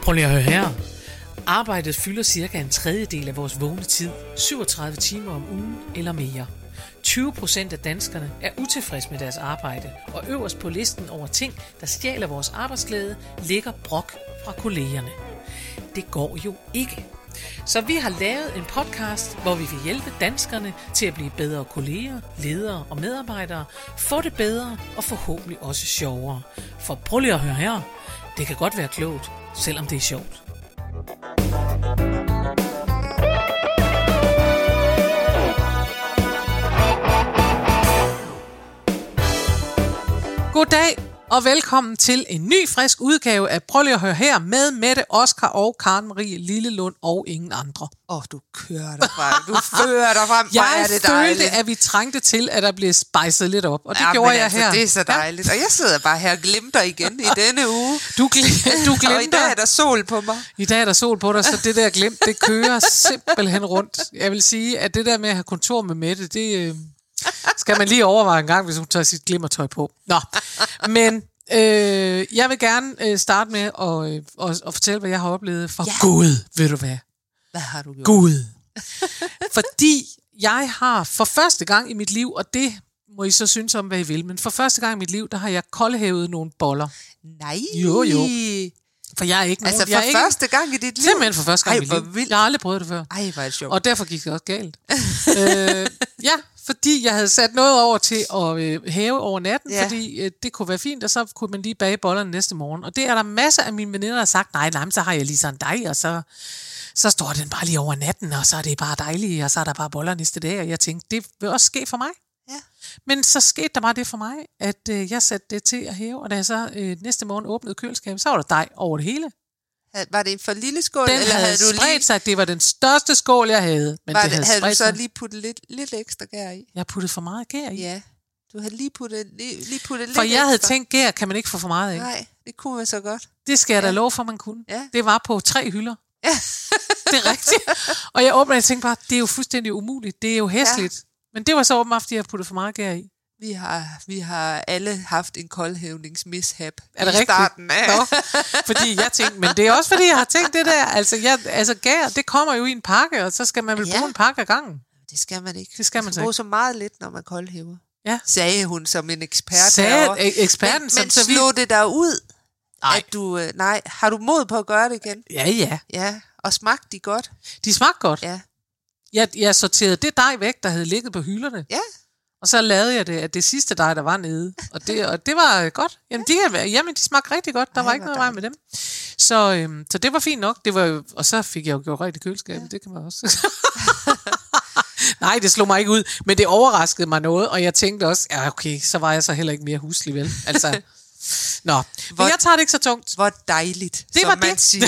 Prøv lige at høre her. Arbejdet fylder cirka en tredjedel af vores vågne tid, 37 timer om ugen eller mere. 20% af danskerne er utilfredse med deres arbejde, og øverst på listen over ting, der stjæler vores arbejdsglæde, ligger brok fra kollegerne. Det går jo ikke. Så vi har lavet en podcast, hvor vi vil hjælpe danskerne til at blive bedre kolleger, ledere og medarbejdere, få det bedre og forhåbentlig også sjovere. For prøv lige at høre her. Det kan godt være klogt, selvom det er sjovt. Goddag og velkommen til en ny frisk udgave af Prøv lige at høre her med Mette, Oscar og Karen Marie Lillelund og ingen andre. Du kører dig frem. Du fører dig frem. Jeg følte, at vi trængte til, at der blev spejset lidt op, og det gjorde jeg her. Det er så dejligt. Ja. Og jeg sidder bare her og glimter igen i denne uge. Du glimter. Og i dag er der sol på mig. I dag er der sol på dig, så det der glimt, det kører simpelthen rundt. Jeg vil sige, at det der med at have kontor med Mette, det skal man lige overveje en gang, hvis hun tager sit glimmertøj på. Nå, men jeg vil gerne starte med at fortælle, hvad jeg har oplevet for Gud, ved du hvad? Hvad har du gjort? Gud. Fordi jeg har for første gang i mit liv, og det må I så synes om, hvad I vil, men for første gang i mit liv, der har jeg koldhævet nogle boller. Nej. Jo. For jeg er ikke nogen... Altså for første gang i dit liv? Simpelthen for første gang i mit liv. Jeg har aldrig prøvet det før. Ej, hvor er det sjovt. Og derfor gik det også galt. Fordi jeg havde sat noget over til at hæve over natten, fordi det kunne være fint, og så kunne man lige bage bollerne næste morgen. Og det er der masser af mine veninder, der har sagt, nej, så har jeg lige sådan en dej, og så står den bare lige over natten, og så er det bare dejligt, og så er der bare boller næste dag. Og jeg tænkte, det vil også ske for mig. Ja. Men så skete der bare det for mig, at jeg satte det til at hæve, og da jeg så næste morgen åbnede køleskabet, så var der dej over det hele. Var det en for lille skål? Den eller havde du spredt sig, det var den største skål, jeg havde. Men havde du så lige puttet lidt ekstra gær i? Jeg puttede for meget gær i. Ja, du havde lige puttet lidt for ekstra. jeg havde tænkt, gær kan man ikke få for meget af. Nej, det kunne man så godt. Det skal jeg da love for, man kunne. Ja. Det var på 3 hylder. Ja. Det er rigtigt. Og jeg åbnede og tænkte bare, det er jo fuldstændig umuligt. Det er jo hæsligt. Ja. Men det var så åbenbart, fordi jeg puttede for meget gær i. Vi har alle haft en koldhævningsmishap i starten af. Nå, fordi jeg tænkte, men det er også fordi, jeg har tænkt det der, altså gær, det kommer jo i en pakke, og så skal man vel bruge en pakke ad gangen. Det skal man ikke. Det skal man så bruge så meget lidt, når man koldhæver. Ja. Sagde hun som en ekspert. Eksperten, men slå det der ud, nej. At du, har du mod på at gøre det igen? Ja, og smagte de godt? De smagte godt. Ja. Jeg sorterede det dej væk, der havde ligget på hylderne. Ja. Og så lavede jeg det af det sidste dej, der var nede. Og det var godt. Jamen, de smagte rigtig godt. Der var ikke noget vej med dem. Så det var fint nok. Og så fik jeg jo gjort rigtig køleskabet. Ja. Det kan man også. Nej, det slog mig ikke ud. Men det overraskede mig noget. Og jeg tænkte også, okay, så var jeg så heller ikke mere huslig, vel? Altså... Nå, men jeg tager det ikke så tungt. Hvor dejligt, det som man siger.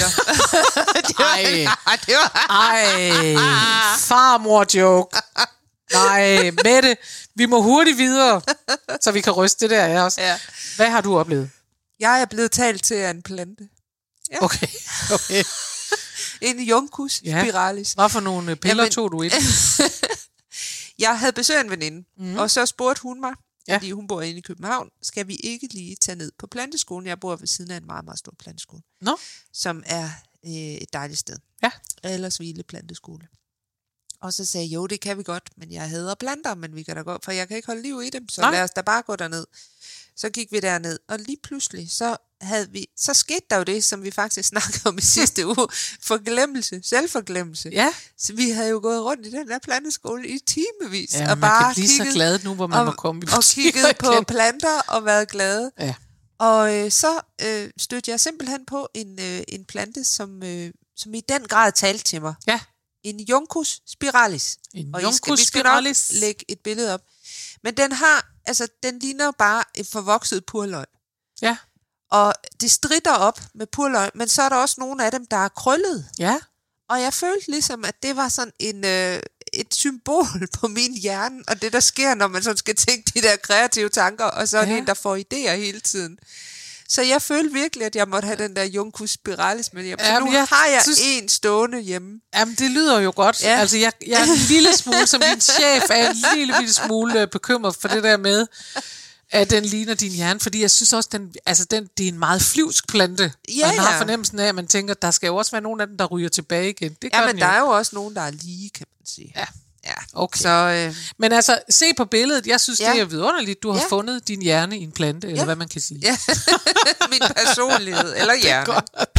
Farmor-joke. Nej, Mette, vi må hurtigt videre, så vi kan ryste det der af os. Ja. Hvad har du oplevet? Jeg er blevet talt til af en plante. Ja. Okay. En Juncus spiralis. Hvad for nogle piller tog du i den? Jeg havde besøg af en veninde, og så spurgte hun mig, fordi hun bor inde i København, skal vi ikke lige tage ned på planteskolen? Jeg bor ved siden af en meget, meget stor planteskole, som er et dejligt sted. Ja. Aldersvile planteskole. Og så sagde jeg, jo, det kan vi godt, men jeg hader planter, men vi kan da godt, for jeg kan ikke holde liv i dem, så lad os da bare gå derned. Så gik vi derned, og lige pludselig, så skete der jo det, som vi faktisk snakkede om i sidste uge, selvforglemmelse. Ja. Så vi havde jo gået rundt i den der planteskole i timevis. Ja, og man kan blive så glad nu, hvor man må komme i butikker. Og kigget på planter og været glade. Ja. Og så stødte jeg simpelthen på en plante, som i den grad talte til mig. Ja. En Juncus spiralis. Vi skal nok lægge et billede op. Men den ligner bare et forvokset purløg. Ja. Og det stritter op med purløg, men så er der også nogle af dem, der er krøllet. Ja. Og jeg følte ligesom, at det var sådan et symbol på min hjerne, og det der sker, når man sådan skal tænke de der kreative tanker, og så er det en, der får idéer hele tiden. Så jeg følte virkelig, at jeg måtte have den der Juncus spiralis med hjem. Så nu har jeg en stående hjemme. Jamen, det lyder jo godt. Ja. Altså, jeg er en lille smule, som din chef er en lille smule bekymret for det der med, at den ligner din hjerne, fordi jeg synes også, det er en meget flyvsk plante. Ja, man har fornemmelsen af, at man tænker, der skal jo også være nogen af dem, der ryger tilbage igen. Det men der er jo også nogen, der er lige, kan man sige. Ja, okay. Så, men altså, se på billedet. Jeg synes, det er vidunderligt. Du har fundet din hjerne i en plante, eller hvad man kan sige. Ja, min personlighed, eller hjerne.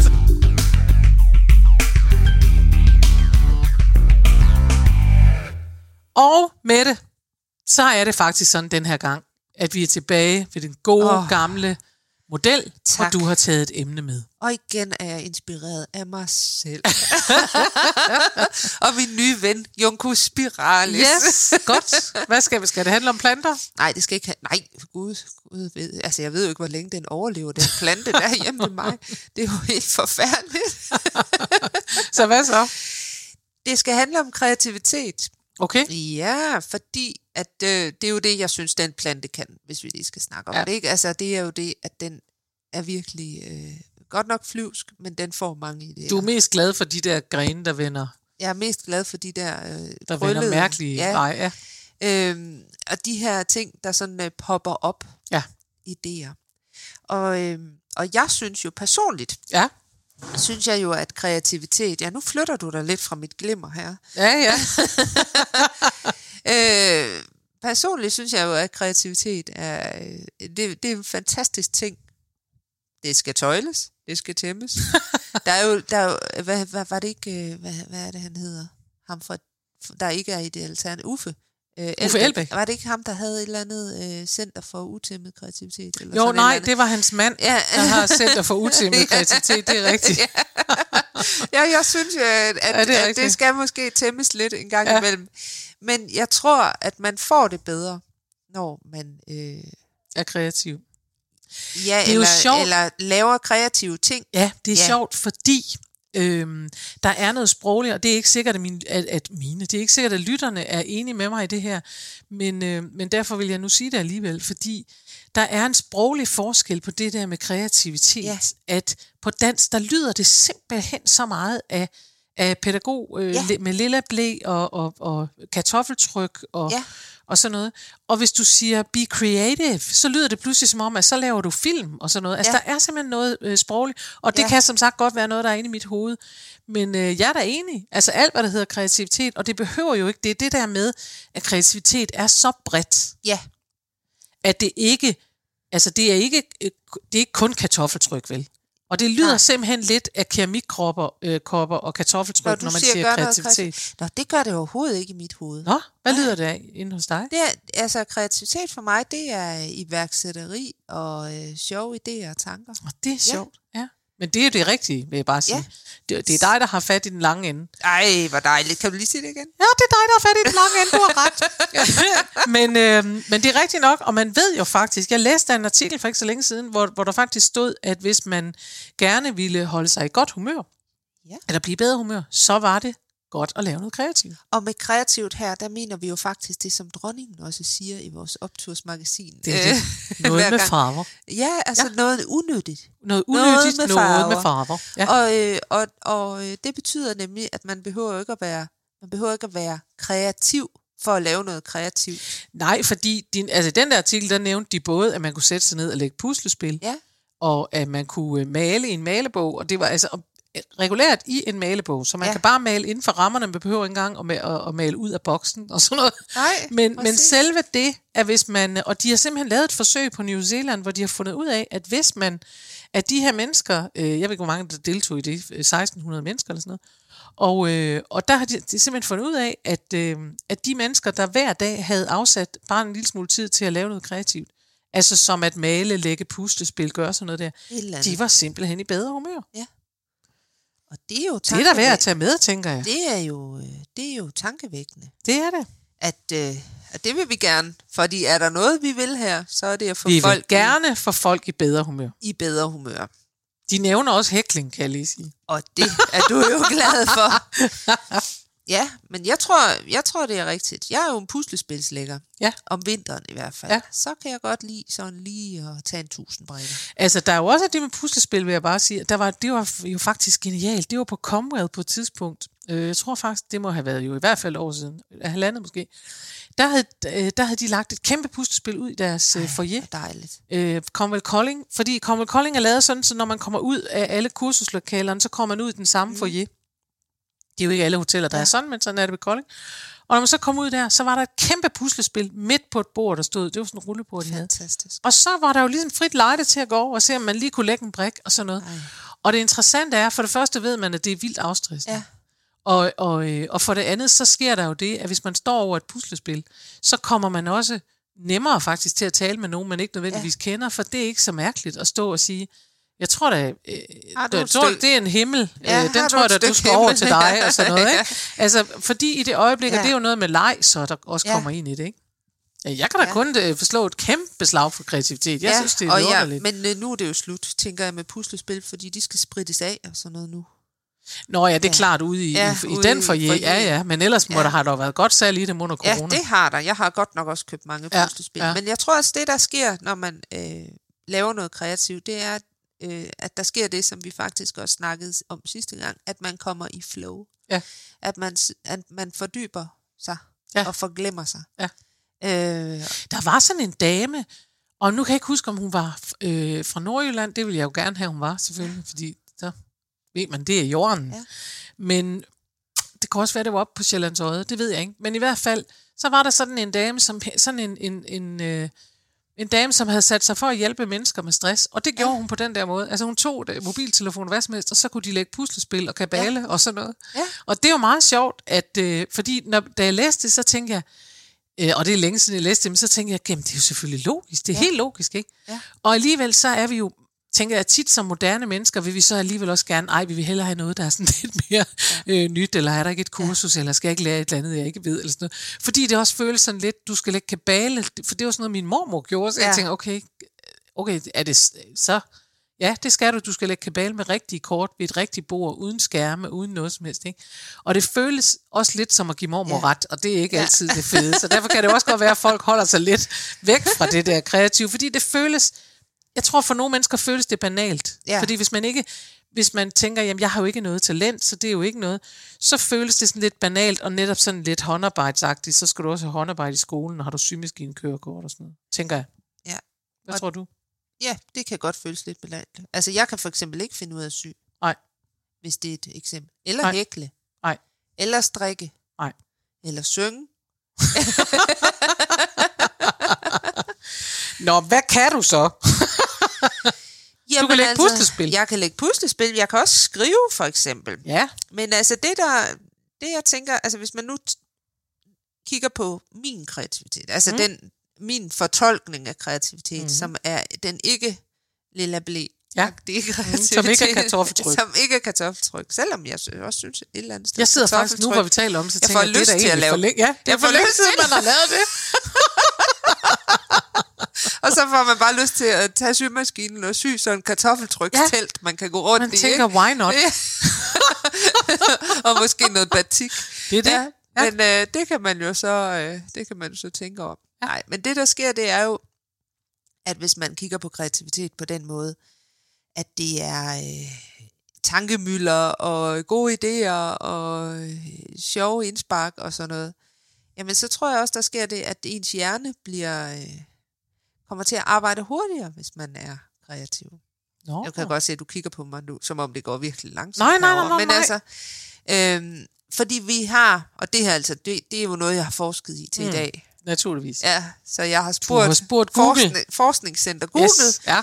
Og Mette, så er det faktisk sådan den her gang, at vi er tilbage ved den gode, gamle model, og du har taget et emne med. Og igen er jeg inspireret af mig selv. Og min nye ven, Juncus spiralis. Yes, godt. Hvad skal det handle om planter? Nej, det skal ikke nej, Gud ved. Altså, jeg ved jo ikke, hvor længe den overlever, den plante der hjemme med mig. Det er jo helt forfærdeligt. Så hvad så? Det skal handle om kreativitet. Okay. Ja, fordi at det er jo det, jeg synes, den plante kan, hvis vi lige skal snakke om det. Ikke? Altså, det er jo det, at den er virkelig godt nok flyvsk, men den får mange idéer. Du er mest glad for de der grene, der vender. Jeg er mest glad for de der der vender mærkelige veje. Ja. Og de her ting, der sådan popper op. Ja. Idéer. Og jeg synes jo personligt, synes jeg jo, at kreativitet... Ja, nu flytter du dig lidt fra mit glimmer her. Ja. Personligt synes jeg jo, at kreativitet er... Det er en fantastisk ting. Det skal tøjles. Det skal tæmmes. der er jo hvad var det ikke... Hvad er det, han hedder? Ham fra... Der ikke er i det alternativ. Uffe Elbæk. Var det ikke ham, der havde et eller andet center for utæmmet kreativitet? Eller jo, nej, det var hans mand, der har center for utæmmet kreativitet, det er rigtigt. Ja, jeg synes jo, at det skal måske tæmmes lidt en gang imellem. Men jeg tror, at man får det bedre, når man er kreativ. Ja, det er jo sjovt. Eller laver kreative ting. Ja, det er sjovt, fordi... der er noget sprogligt, og det er ikke sikkert, det er ikke sikkert, at lytterne er enige med mig i det her, men derfor vil jeg nu sige det alligevel, fordi der er en sproglig forskel på det der med kreativitet, at på dansk, der lyder det simpelthen så meget af pædagog med lilla blæ og kartoffeltryk og sådan noget. Og hvis du siger be creative, så lyder det pludselig som om, at så laver du film og sådan noget. Altså der er simpelthen noget sprogligt, og det kan som sagt godt være noget, der er inde i mit hoved. Men jeg er da enig. Altså alt, hvad der hedder kreativitet, og det behøver jo ikke, det er det der med, at kreativitet er så bredt. Ja. At det ikke, altså det er ikke kun kartoffeltryk, vel? Og det lyder simpelthen lidt af keramikkopper og kartoffeltryk, når man siger kreativitet. Nå, det gør det overhovedet ikke i mit hoved. Nå, hvad lyder det af inde hos dig? Det er, altså kreativitet for mig, det er iværksætteri og sjove idéer og tanker. Og det er sjovt, ja. Men det er jo det rigtige, vil jeg bare sige. Det er dig, der har fat i den lange ende. Ej, hvor dejligt. Kan du lige sige det igen? Ja, det er dig, der har fat i den lange ende. Du har ret. Men det er rigtigt nok, og man ved jo faktisk, jeg læste en artikel for ikke så længe siden, hvor der faktisk stod, at hvis man gerne ville holde sig i godt humør, eller blive i bedre humør, så var det godt at lave noget kreativt. Og med kreativt her, der mener vi jo faktisk det, som dronningen også siger i vores optursmagasin. Det er det. Noget med farver. Ja, altså noget unyttigt. Noget med farver. Ja. Og det betyder nemlig, at man behøver ikke at være kreativ for at lave noget kreativt. Nej, fordi den der artikel, der nævnte de både, at man kunne sætte sig ned og lægge puslespil, og at man kunne male i en malebog, og det var altså regulært i en malebog, så man kan bare male inden for rammerne, man behøver ikke engang at male ud af boksen og sådan noget. Nej, men selve det, at hvis man, og de har simpelthen lavet et forsøg på New Zealand, hvor de har fundet ud af, at hvis man, at de her mennesker, jeg ved ikke, hvor mange der deltog i det, 1600 mennesker eller sådan noget, og der har de simpelthen fundet ud af, at de mennesker, der hver dag havde afsat bare en lille smule tid til at lave noget kreativt, altså som at male, lægge puslespil, gøre sådan noget der, de var simpelthen i bedre humør. Ja. Og det er jo det er da værd at tage med, tænker jeg. Det er jo tankevækkende. Det er det. At det vil vi gerne, fordi er der noget, vi vil her, så er det at få vi vil gerne få folk i bedre humør. I bedre humør. De nævner også hækling, kan jeg lige sige. Og det er du jo glad for. Ja, men jeg tror, det er rigtigt. Jeg er jo en puslespilslægger. Ja. Om vinteren i hvert fald. Ja. Så kan jeg godt lide sådan lige at tage en 1000 brikker. Altså, der er jo også det med puslespil, vil jeg bare sige. Det var jo faktisk genialt. Det var på Commonwealth på et tidspunkt. Jeg tror faktisk, det må have været jo i hvert fald år siden, 1,5 måske. Der havde de lagt et kæmpe puslespil ud i deres foyer. Dejligt. Cromwell Kolding, fordi Cromwell Kolding er lavet sådan, så når man kommer ud af alle kursuslokalerne, så kommer man ud i den samme foyer. Det er jo ikke alle hoteller, der er sådan, men sådan er det ved Kolding. Og når man så kom ud der, så var der et kæmpe puslespil midt på et bord, der stod. Det var sådan en rullebord, de havde. Fantastisk. Og så var der jo ligesom frit lejde til at gå over og se, om man lige kunne lægge en brik og sådan noget. Og det interessante er, for det første ved man, at det er vildt afstressende. Ja. Og for det andet, så sker der jo det, at hvis man står over et puslespil, så kommer man også nemmere faktisk til at tale med nogen, man ikke nødvendigvis kender, for det er ikke så mærkeligt at stå og sige, jeg tror da, det er en himmel, den tror jeg da, du skal over til dig, og sådan noget. Ikke? Altså, fordi i det øjeblik, og det er jo noget med leg, så der også kommer ind i det, ikke? Jeg kan da kun forslå et kæmpe slag for kreativitet. Jeg synes, det er underligt. Men nu er det jo slut, tænker jeg, med puslespil, fordi de skal sprittes af og sådan noget nu. Nå ja, det er klart ude i den foyer. Ja, men ellers må der have der været godt salg i det under corona. Ja, det har der. Jeg har godt nok også købt mange puslespil. Ja. Men jeg tror også, det der sker, når man laver noget kreativt, det er, at der sker det, som vi faktisk også snakkede om sidste gang, at man kommer i flow. Ja. At man fordyber sig og forglemmer sig. Ja. Der var sådan en dame, og nu kan jeg ikke huske, om hun var fra Nordjylland. Det ville jeg jo gerne have, hun var, selvfølgelig, fordi så ved man, det er jorden. Ja. Men det kan også være, det var oppe på Sjællands Odde, det ved jeg ikke. Men i hvert fald, så var der sådan en dame, en dame, som havde sat sig for at hjælpe mennesker med stress, og det gjorde hun på den der måde. Altså hun tog mobiltelefon og hvad som helst, og så kunne de lægge puslespil og kabale og sådan noget. Ja. Og det er jo meget sjovt, at fordi da jeg læste det, så tænkte jeg, og det er længe siden jeg læste det, men så tænkte jeg, jamen det er jo selvfølgelig logisk, det er helt logisk, ikke? Ja. Og alligevel så er vi jo, tænker jeg, tit som moderne mennesker, vil vi så alligevel også gerne, vi vil hellere have noget, der er sådan lidt mere nyt, eller er der ikke et kursus, eller skal jeg ikke lære et eller andet, jeg ikke ved, eller sådan noget. Fordi det også føles sådan lidt, du skal lægge kabale, for det var sådan noget, min mormor gjorde, så jeg tænker, okay, er det så? Ja, det skal du. Du skal lægge kabale med rigtige kort ved et rigtigt bord, uden skærme, uden noget som helst, ikke? Og det føles også lidt som at give mormor ret, og det er ikke altid det fede. Så derfor kan det også godt være, at folk holder sig lidt væk fra det der kreative, fordi det føles, jeg tror for nogle mennesker føles det banalt. Ja. Fordi hvis man tænker, jamen jeg har jo ikke noget talent, så det er jo ikke noget, så føles det sådan lidt banalt, og netop sådan lidt håndarbejdsagtigt, så skal du også have håndarbejde i skolen, og har du symaskinekørekort og sådan noget, tænker jeg. Ja. Hvad tror du? Ja, det kan godt føles lidt banalt. Altså, jeg kan for eksempel ikke finde ud af at sy. Nej. Hvis det er et eksempel. Eller hækle. Nej. Eller strikke. Nej. Eller synge. Nå, hvad kan du så? Jamen, du kan lægge puslespil. Jeg kan lægge puslespil. Jeg kan også skrive, for eksempel. Ja. Men altså, det jeg tænker, altså hvis man nu kigger på min kreativitet, altså min fortolkning af kreativitet, som er den ikke lilla blæ. Ja. Som ikke er kartoffeltryk. Som ikke er kartoffeltryk, selvom jeg også synes et eller andet sted. Jeg sidder faktisk nu, hvor vi taler om, så tænker jeg, lyst til at lave. Jeg får lyst til, at man har lavet det. Og så får man bare lyst til at tage symaskinen og sy sådan en kartoffeltrykstelt, man kan gå rundt i. Man tænker, why not? Og måske noget batik. Det er det. Ja. Men det kan man jo så tænke om. Ja. Nej, men det der sker, det er jo, at hvis man kigger på kreativitet på den måde, at det er tankemylder og gode idéer og sjove indspark og sådan noget, jamen så tror jeg også, der sker det, at ens hjerne kommer til at arbejde hurtigere, hvis man er kreativ. Nå. Jeg kan godt se, at du kigger på mig nu, som om det går virkelig langsomt. Nej. Men altså, fordi vi har, og det her altså, det er jo noget, jeg har forsket i til i dag. Naturligvis. Ja, så jeg har spurgt Google. Forskningscenter Google. Yes, ja.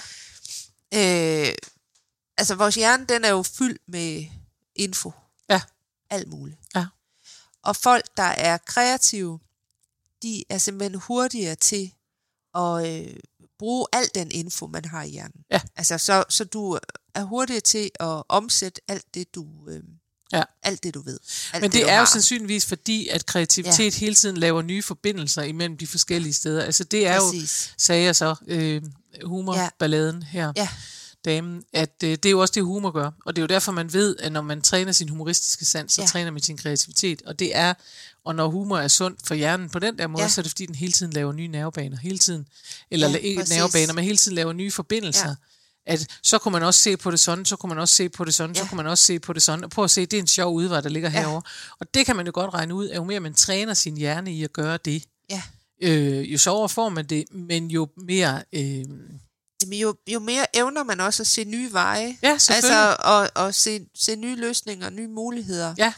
Altså, vores hjerne, den er jo fyldt med info. Ja. Alt muligt. Ja. Og folk, der er kreative, de er simpelthen hurtigere til at bruge al den info, man har i hjernen. Ja. Altså, så du er hurtigere til at omsætte alt det, du alt det, du ved. Men det er jo sandsynligvis fordi, at kreativitet hele tiden laver nye forbindelser imellem de forskellige steder. Altså det er jo, sagde jeg så, humorballaden her, damen, at det er jo også det, humor gør. Og det er jo derfor, man ved, at når man træner sin humoristiske sans, så træner man sin kreativitet. Og det er, og når humor er sundt for hjernen på den der måde, så er det fordi, den hele tiden laver nye nervebaner. Hele tiden. Eller ikke nervebaner, men hele tiden laver nye forbindelser. at så kunne man også se på det sådan, så kunne man også se på det sådan, så kunne man også se på det sådan, og prøv at se, det er en sjov udvej, der ligger herovre. Og det kan man jo godt regne ud, at jo mere man træner sin hjerne i at gøre det, jo sjovere får man det, men jo mere... Jo mere evner man også at se nye veje. Ja, selvfølgelig. Altså, og se nye løsninger, nye muligheder. Ja.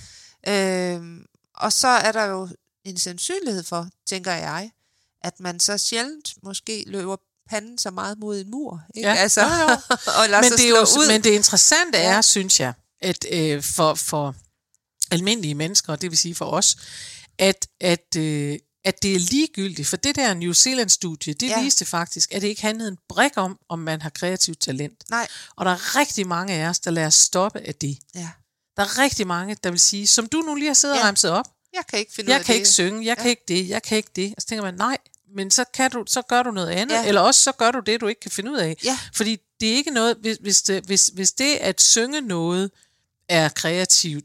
Og så er der jo en sandsynlighed for, tænker jeg, at man så sjældent måske løber panden så meget mod en mur. Ikke? Ja, altså, og lader sig slå ud. Men det interessante er, synes jeg, at for almindelige mennesker, det vil sige for os, at det er ligegyldigt, for det der New Zealand-studie, det viste faktisk, at det ikke handlede en brik om man har kreativt talent. Nej. Og der er rigtig mange af os, der lader os stoppe af det. Ja. Der er rigtig mange, der vil sige, som du nu lige har siddet og remset op, jeg kan ikke finde ud af det. Jeg kan ikke synge, jeg kan ikke det, jeg kan ikke det. Og så tænker man, nej, men så gør du noget andet, eller også så gør du det, du ikke kan finde ud af. Ja. Fordi det er ikke noget, hvis det at synge noget er kreativt,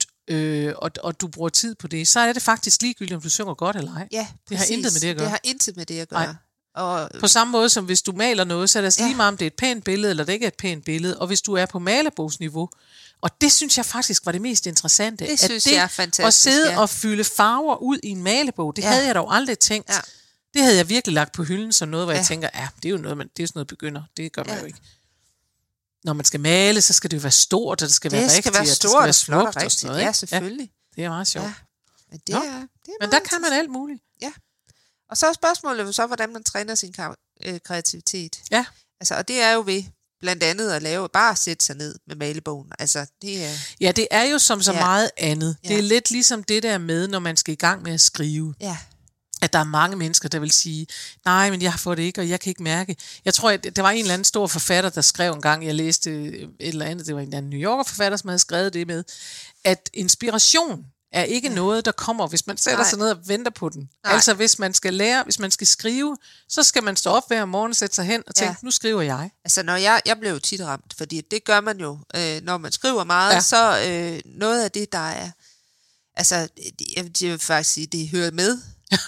og du bruger tid på det, så er det faktisk ligegyldigt, om du synger godt eller ej. Ja, det har intet med det at gøre. Det har intet med det at gøre. Og på samme måde som hvis du maler noget, så er det lige meget, om det er et pænt billede, eller det ikke er et pænt billede. Og hvis du er på malebogsniveau, og det synes jeg faktisk var det mest interessante. Det synes jeg er fantastisk. At sidde og fylde farver ud i en malebog, det havde jeg dog aldrig tænkt. Ja. Det havde jeg virkelig lagt på hylden som noget, hvor jeg tænker, det er jo noget, det er sådan noget begynder. Det gør man jo ikke. Når man skal male, så skal det jo være stort, og det skal være rigtigt, og det skal være smukt og sådan noget. Ja, selvfølgelig. Det er meget sjovt. Ja. Men det er men der kan man alt muligt. Ja. Og så er spørgsmålet så, hvordan man træner sin kreativitet. Ja. Altså, og det er jo ved blandt andet at bare sætte sig ned med malebogen. Altså, det er... Ja, det er jo som så meget andet. Ja. Det er lidt ligesom det der med, når man skal i gang med at skrive. Ja. At der er mange mennesker, der vil sige, nej, men jeg har fået det ikke, og jeg kan ikke mærke. Jeg tror, at der var en eller anden stor forfatter, der skrev en gang, jeg læste et eller andet, det var en eller anden New Yorker forfatter, som havde skrevet det med, at inspiration er ikke noget, der kommer, hvis man sætter sig ned og venter på den. Nej. Altså, hvis man skal lære, hvis man skal skrive, så skal man stå op hver morgen og sætte sig hen og tænke, nu skriver jeg. Altså, når jeg blev jo tit ramt, fordi det gør man jo, når man skriver meget, så noget af det, der er, altså, jeg vil faktisk sige, det hører med.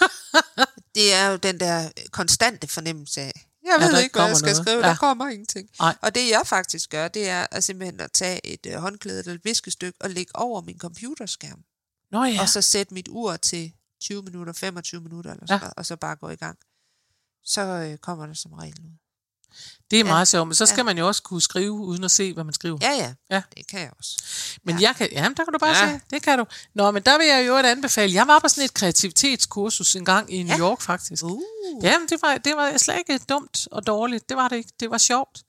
Det er jo den der konstante fornemmelse af, jeg ved ikke, hvad jeg skal skrive, der kommer ingenting. Ej. Og det jeg faktisk gør, det er at simpelthen at tage et håndklæde eller et viskestykke og lægge over min computerskærm. Nå, ja. Og så sætte mit ur til 20 minutter, 25 minutter eller sådan noget, og så bare gå i gang. Så kommer det som regel ud. Det er meget sjovt, men så skal man jo også kunne skrive, uden at se, hvad man skriver. Ja. Det kan jeg også. Men jeg kan, der kan du bare se, det kan du. Nå, men der vil jeg jo anbefale. Jeg var på sådan et kreativitetskursus en gang i New York, faktisk. Jamen, det var slet ikke dumt og dårligt. Det var det ikke. Det var sjovt.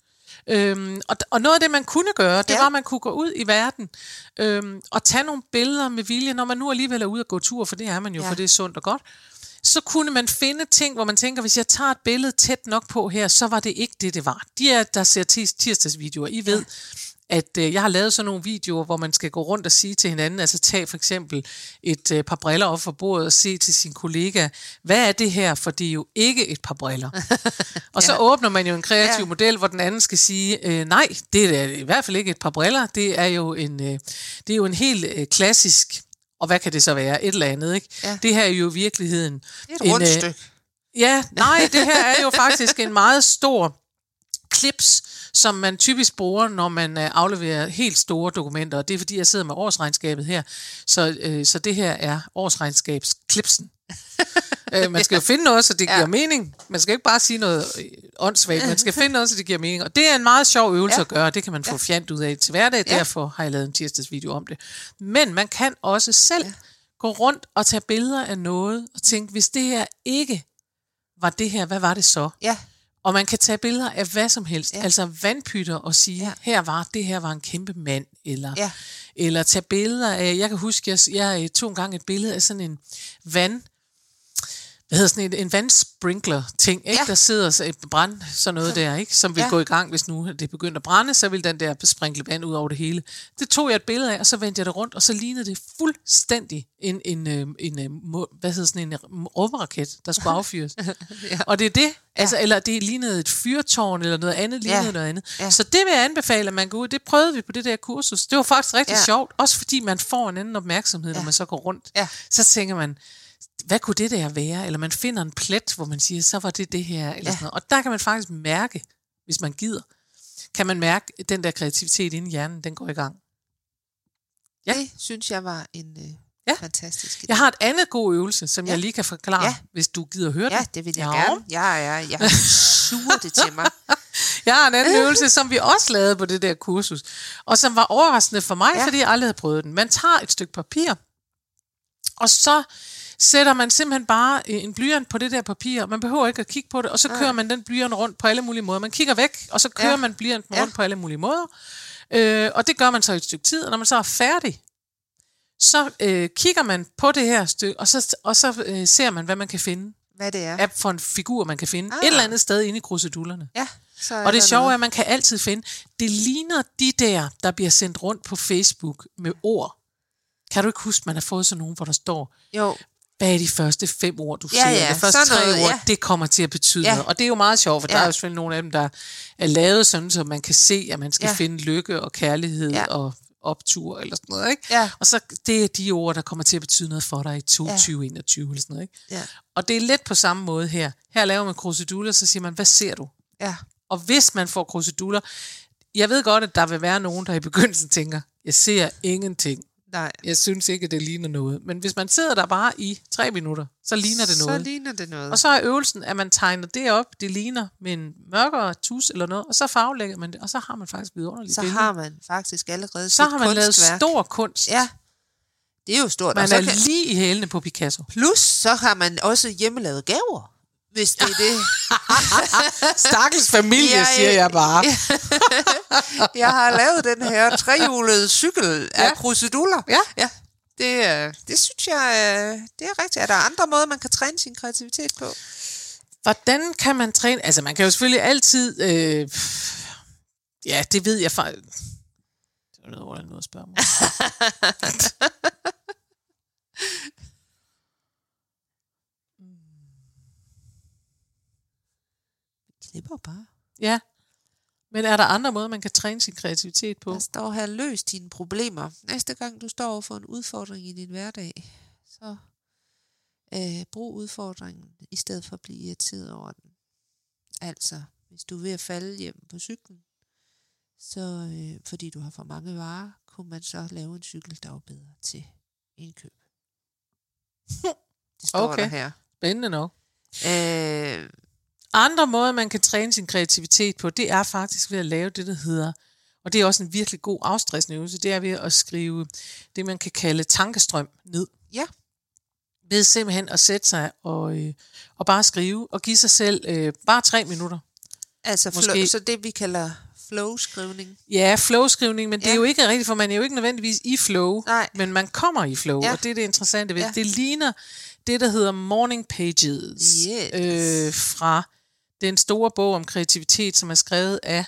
Og noget af det, man kunne gøre, det var, at man kunne gå ud i verden og tage nogle billeder med vilje, når man nu alligevel er ude og gå tur, for det er man jo, for det er sundt og godt. Så kunne man finde ting, hvor man tænker, hvis jeg tager et billede tæt nok på her, så var det ikke det var. Der ser tirsdagsvideoer. I ved, at jeg har lavet sådan nogle videoer, hvor man skal gå rundt og sige til hinanden, altså tag for eksempel et par briller op for bordet og se til sin kollega, hvad er det her, for det er jo ikke et par briller. Og så åbner man jo en kreativ model, hvor den anden skal sige, nej, det er i hvert fald ikke et par briller, det er jo en helt klassisk, og hvad kan det så være? Et eller andet, ikke? Ja. Det her er jo i virkeligheden... Det er et rundstykke. Det her er jo faktisk en meget stor clips, som man typisk bruger, når man afleverer helt store dokumenter, og det er fordi, jeg sidder med årsregnskabet her, så det her er årsregnskabsklipsen. Man skal jo finde noget, så det giver mening. Man skal ikke bare sige noget åndssvagt, man skal finde noget, så det giver mening. Og det er en meget sjov øvelse at gøre, det kan man få fjant ud af til hverdag, derfor har jeg lavet en tirsdagsvideo om det. Men man kan også selv gå rundt og tage billeder af noget, og tænke, hvis det her ikke var det her, hvad var det så? Ja. Og man kan tage billeder af hvad som helst, altså vandpytter og sige, det her var en kæmpe mand, eller tage billeder af, jeg kan huske, jeg tog engang et billede af sådan en en vandsprinkler-ting, ikke? Der sidder et brand, sådan noget der, ikke? Som vil gå i gang, hvis nu det begyndte at brænde, så vil den der besprinkle vand ud over det hele. Det tog jeg et billede af, og så vendte jeg det rundt, og så lignede det fuldstændig en rumraket, der skulle affyres. Og det er det, altså, eller det lignede et fyrtårn, eller noget andet, lignede noget andet. Så det vil jeg anbefale, at man går ud. Det prøvede vi på det der kursus. Det var faktisk rigtig sjovt, også fordi man får en anden opmærksomhed, når man så går rundt. Så tænker man, hvad kunne det der være? Eller man finder en plet, hvor man siger, så var det her, eller sådan noget. Og der kan man faktisk mærke, hvis man gider, kan man mærke, at den der kreativitet inde i hjernen, den går i gang. Ja. Det synes jeg var en fantastisk idé. Jeg har et andet god øvelse, som jeg lige kan forklare, hvis du gider høre det. Ja, det vil jeg gerne. Jeg har suget det til mig. Jeg har en anden øvelse, som vi også lavede på det der kursus, og som var overraskende for mig, fordi jeg aldrig havde prøvet den. Man tager et stykke papir, og så sætter man simpelthen bare en blyant på det der papir. Man behøver ikke at kigge på det, og så kører man den blyant rundt på alle mulige måder. Man kigger væk, og så kører man blyanten rundt på alle mulige måder. Og det gør man så i et stykke tid, og når man så er færdig, så kigger man på det her stykke, og så ser man, hvad man kan finde. Hvad det er. For en figur, man kan finde. Et eller andet sted inde i krusedullerne. Ja. Og det sjove er, at man kan altid finde, det ligner de der bliver sendt rundt på Facebook med ord. Kan du ikke huske, man har fået sådan nogle, hvor der står, hvad er de første 5 ord, du ser? De første 3 ord, det kommer til at betyde noget. Og det er jo meget sjovt, for der er jo selvfølgelig nogle af dem, der er lavet sådan, så man kan se, at man skal finde lykke og kærlighed og optur eller sådan noget, ikke? Ja. Og så det er de ord, der kommer til at betyde noget for dig i 2021 eller sådan noget, ikke? Ja. Og det er lidt på samme måde her. Her laver man kruseduller, så siger man, hvad ser du? Ja. Og hvis man får kruseduller, jeg ved godt, at der vil være nogen, der i begyndelsen tænker, jeg ser ingenting. Nej. Jeg synes ikke, at det ligner noget. Men hvis man sidder der bare i 3 minutter, så ligner det noget. Så ligner det noget. Og så er øvelsen, at man tegner det op, det ligner med en mørkere tus eller noget, og så farvelægger man det, og så har man faktisk vidunderligt billede. Så har man faktisk allerede så har man lavet stor kunst. Ja, det er jo stort. Man er lige i hælene på Picasso. Plus, så har man også hjemmelavet gaver. Hvis det er det. Stakkels familie, siger jeg bare. Jeg har lavet den her trehjulede cykel af kruseduller. Ja. Det synes jeg, det er rigtigt. Er der andre måder, man kan træne sin kreativitet på? Hvordan kan man træne? Altså, man kan jo selvfølgelig altid... ja, det ved jeg faktisk... Det var noget at spørge mig. Klipper bare. Ja. Men er der andre måder, man kan træne sin kreativitet på? Der står her, løs dine problemer. Næste gang du står over for en udfordring i din hverdag, så brug udfordringen, i stedet for at blive irriteret over den. Altså, hvis du er ved at falde hjem på cyklen, så fordi du har for mange varer, kunne man så lave en cykel, der var bedre til indkøb. Det står der her. Spændende nok. Andre måder, man kan træne sin kreativitet på, det er faktisk ved at lave det, der hedder, og det er også en virkelig god afstressende øvelse, det er ved at skrive det, man kan kalde tankestrøm ned. Ja. Ved simpelthen at sætte sig og bare skrive, og give sig selv bare 3 minutter. Altså, så det vi kalder flow-skrivning? Ja, flow-skrivning, men det er jo ikke rigtigt, for man er jo ikke nødvendigvis i flow, men man kommer i flow, og det er det interessante ved. Det ligner det, der hedder Morning Pages, fra den store bog om kreativitet, som er skrevet af...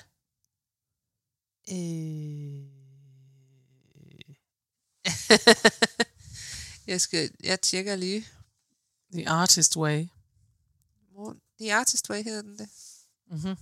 jeg tjekker lige. The Artist Way. The Artist Way hedder den det. Mhm.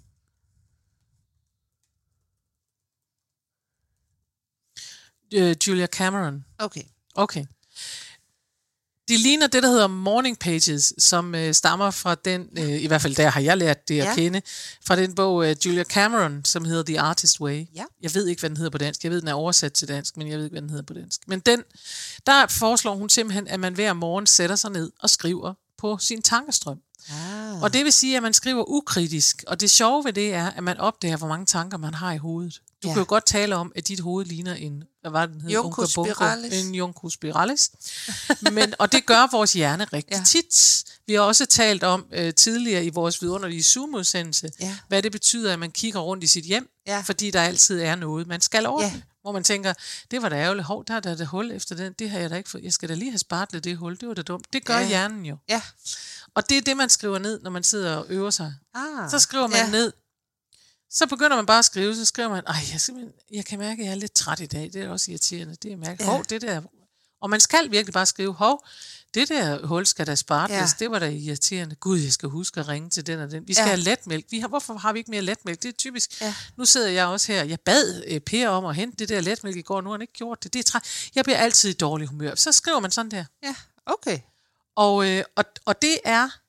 Julia Cameron. Okay. De ligner det, der hedder Morning Pages, som stammer fra den, i hvert fald der har jeg lært det at kende, fra den bog Julia Cameron, som hedder The Artist Way. Ja. Jeg ved ikke, hvad den hedder på dansk. Jeg ved, den er oversat til dansk, men jeg ved ikke, hvad den hedder på dansk. Men der foreslår hun simpelthen, at man hver morgen sætter sig ned og skriver på sin tankestrøm. Og det vil sige, at man skriver ukritisk. Og det sjove ved det er, at man opdager, hvor mange tanker man har i hovedet. Du kan jo godt tale om, at dit hoved ligner en, hvad var den hed? Juncus spiralis. En Juncus spiralis. Og det gør vores hjerne rigtig tit. Vi har også talt om tidligere i vores vidunderlige Zoom-udsendelse, hvad det betyder, at man kigger rundt i sit hjem, fordi der altid er noget, man skal ordne. Hvor man tænker, det var da ærgerligt, der er der det hul efter den, det har jeg da ikke fået. Jeg skal da lige have spartlet det hul, det var da dumt. Det gør hjernen jo. Ja. Og det er det, man skriver ned, når man sidder og øver sig. Så skriver man ned. Så begynder man bare at skrive, så skriver man, jeg kan mærke, at jeg er lidt træt i dag, det er også irriterende, det er mærkeligt. Det der. Og man skal virkelig bare skrive, det der hul skal da spartles, det var da irriterende. Gud, jeg skal huske at ringe til den og den. Vi skal have letmælk. Hvorfor har vi ikke mere letmælk? Det er typisk. Nu sidder jeg også her. Jeg bad Per om at hente det der letmælk i går. Nu har han ikke gjort det. Det er træt. Jeg bliver altid i dårlig humør. Så skriver man sådan der. Ja, okay. Og det er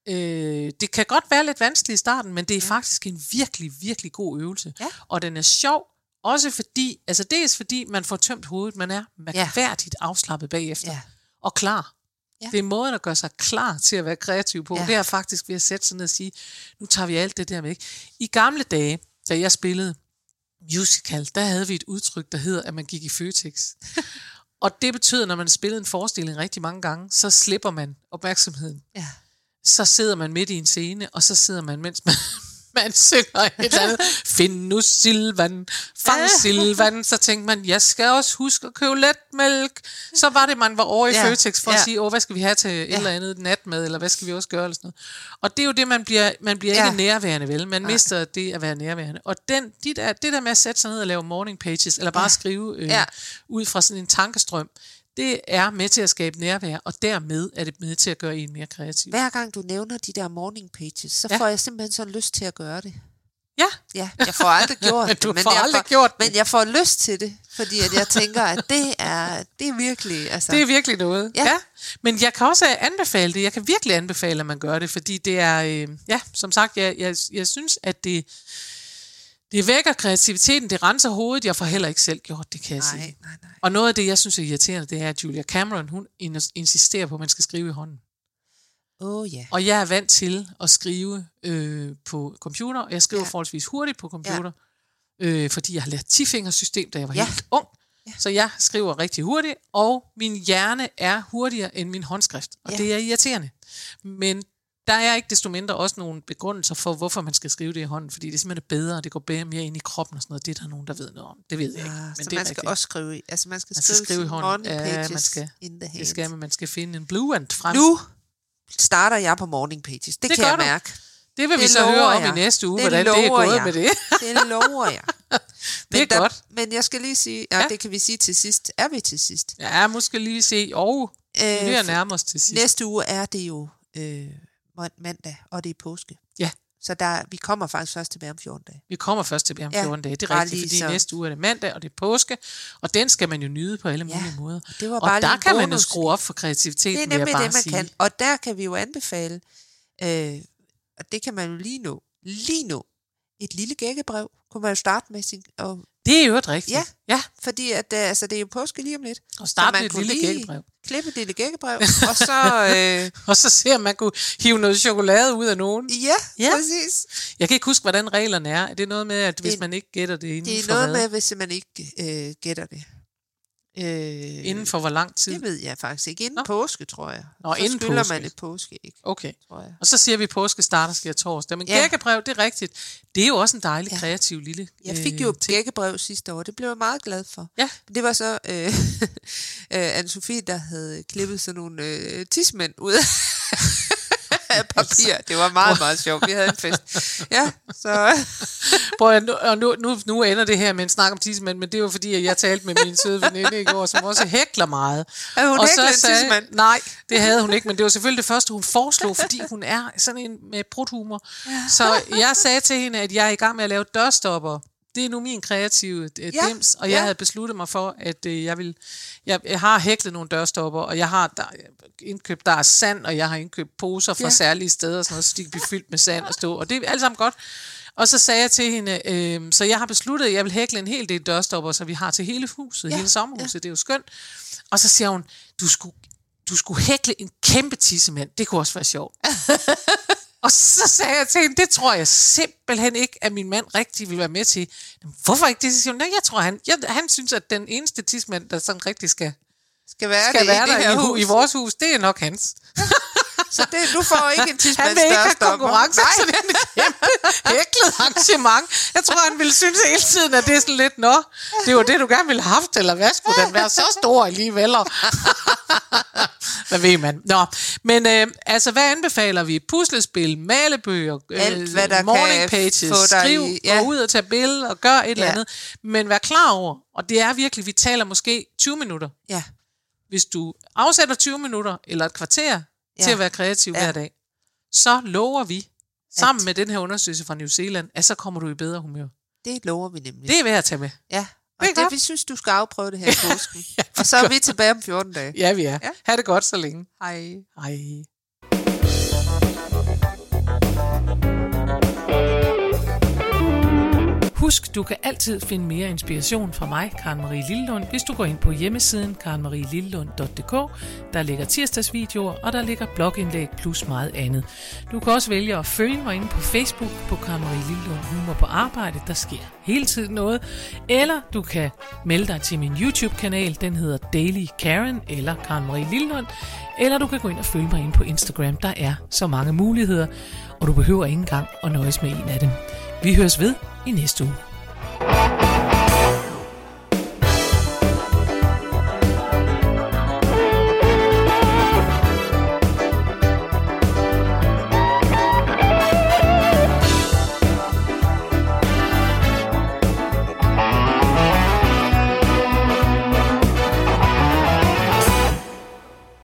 det kan godt være lidt vanskeligt i starten, men det er faktisk en virkelig, virkelig god øvelse. Ja. Og den er sjov, også fordi, altså dels fordi man får tømt hovedet, man er mærkværdigt afslappet bagefter, og klar. Ja. Det er måden at gøre sig klar til at være kreativ på. Det er faktisk ved at sætte sig ned og sige, nu tager vi alt det der væk. I gamle dage, da jeg spillede musical, der havde vi et udtryk, der hedder, at man gik i Føtex. Og det betyder, når man spillede en forestilling rigtig mange gange, så slipper man opmærksomheden. Ja. Så sidder man midt i en scene, og så sidder man, mens man synger et eller andet. Find nu Silvan, fang Silvan. Så tænkte man, jeg skal også huske at købe letmælk. Så var det, man var over i Føtex for at sige, hvad skal vi have til et eller andet natmad, eller hvad skal vi også gøre, eller sådan noget. Og det er jo det, man bliver ikke nærværende, vel? Man mister det at være nærværende. Og det der med at sætte sig ned og lave morning pages, eller bare skrive ud fra sådan en tankestrøm, det er med til at skabe nærvær, og dermed er det med til at gøre en mere kreativ. Hver gang du nævner de der morning pages, så får jeg simpelthen sådan lyst til at gøre det. Ja. Ja, jeg får aldrig gjort det, men jeg får lyst til det, fordi at jeg tænker, at det er virkelig... Altså. Det er virkelig noget, ja. Men jeg kan også anbefale det. Jeg kan virkelig anbefale, at man gør det, fordi det er... som sagt, jeg synes, at det vækker kreativiteten, det renser hovedet. Jeg får heller ikke selv gjort det, kan jeg sige. Nej. Og noget af det, jeg synes er irriterende, det er, at Julia Cameron, hun insisterer på, at man skal skrive i hånden. Og jeg er vant til at skrive på computer, og jeg skriver forholdsvis hurtigt på computer, fordi jeg har lært 10-fingersystem, da jeg var helt ung. Ja. Så jeg skriver rigtig hurtigt, og min hjerne er hurtigere end min håndskrift. Og det er irriterende. Men der er ikke desto mindre også nogle begrundelser for, hvorfor man skal skrive det i hånden, fordi det er simpelthen bedre, og det går mere ind i kroppen og sådan noget. Det er der nogen, der ved noget om. Det ved jeg ikke. Men så det man skal også skrive i. Altså man skal skrive i hånden. Det skal man skal finde en blue and frem. Nu starter jeg på morning pages. Det kan jeg mærke. Det vil vi så høre om i næste uge, hvordan det er gået med det. Det lover jeg. Det er godt. Men jeg skal lige sige, det kan vi sige til sidst. Er vi til sidst? Ja, måske lige se. Vi er nærmest til sidst. Næste uge er det jo mandag, og det er påske. Ja. Så vi kommer faktisk først tilbage om 14 dage. Vi kommer først tilbage om 14 dage. Det er rigtigt, fordi næste uge er det mandag, og det er påske, og den skal man jo nyde på alle mulige måder. Og der kan man jo skrue op for kreativiteten, det er nemlig det, man kan. Og der kan vi jo anbefale, og det kan man jo lige nu, et lille gækkebrev, kunne man jo starte med sin... Det er jo et rigtigt. Ja, fordi at, det er jo påske lige om lidt. Og starte med et lille gækkebrev. Klippe et lille gækkebrev, og så... og så ser man kunne hive noget chokolade ud af nogen. Ja, præcis. Jeg kan ikke huske, hvordan reglerne er. Er det noget med, at hvis man ikke gætter det inden for Det er noget med, hvis man ikke gætter det. Inden for hvor lang tid? Det ved jeg faktisk ikke. Inden påske, tror jeg. Så inden skylder påske. Man et påske, ikke? Okay. Og så siger vi, at påske starter sker torsdag. Men gækkebrev, det er rigtigt. Det er jo også en dejlig, kreativ lille Jeg fik jo gækkebrev sidste år. Det blev jeg meget glad for. Ja. Det var så Anne-Sophie, der havde klippet sådan nogle tismænd ud af papir. Det var meget, meget sjovt. Vi havde en fest. Ja, så... Og nu ender det her med en snak om tidsmand, men det var fordi, at jeg talte med min søde veninde i går, som også hækler meget. Havde hun hæklet en tidsmand? Nej, det havde hun ikke, men det var selvfølgelig det første, hun foreslog, fordi hun er sådan en med bruthumor. Så jeg sagde til hende, at jeg er i gang med at lave dørstopper. Det er nu min kreative dims, og jeg havde besluttet mig for, at jeg har hæklet nogle dørstopper, og jeg har indkøbt, der er sand, og jeg har indkøbt poser fra særlige steder, sådan noget, så de kan blive fyldt med sand og stå, og det er alt sammen godt. Og så sagde jeg til hende, så jeg har besluttet, at jeg vil hækle en hel del dørstopper, så vi har til hele huset, hele sommerhuset, det er jo skønt. Og så siger hun, du skulle hækle en kæmpe tissemand, det kunne også være sjovt. Og så sagde jeg til hende, det tror jeg simpelthen ikke, at min mand rigtig vil være med til. Hvorfor ikke det? Så siger hun, jeg tror, han synes, at den eneste tidsmand, der sådan rigtig skal være der i vores hus, det er nok hans. Så du får ikke en tidsmands Han vil ikke have konkurrence, så det er en kæmpe hæklet arrangement. Jeg tror, han ville synes hele tiden, at det er sådan lidt, det var det, du gerne ville have haft, eller hvad skulle den være så stor alligevel? Hvad ved man? Men hvad anbefaler vi? Puslespil, malebøger, morning pages, skriv, gå ud og tage billeder og gør et eller andet. Men vær klar over, og det er virkelig, vi taler måske 20 minutter. Ja. Hvis du afsætter 20 minutter eller et kvarter til at være kreativ hver dag, så lover vi, sammen med den her undersøgelse fra New Zealand, at så kommer du i bedre humør. Det lover vi nemlig. Det er værd at tage med. Ja, og det vi synes, du skal afprøve det her i påsken. Og så er vi tilbage om 14 dage. Ja, vi er. Ha' det godt så længe. Hej. Hej. Husk, du kan altid finde mere inspiration fra mig, Karen Marie Lillelund, hvis du går ind på hjemmesiden karenmarielillelund.dk. Der ligger tirsdagsvideoer, og der ligger blogindlæg plus meget andet. Du kan også vælge at følge mig inde på Facebook på Karen Marie Lillelund Humor på Arbejde. Der sker hele tiden noget. Eller du kan melde dig til min YouTube-kanal. Den hedder Daily Karen eller Karen Marie Lillelund. Eller du kan gå ind og følge mig inde på Instagram. Der er så mange muligheder, og du behøver ikke engang at nøjes med en af dem. Vi høres ved i næste uge.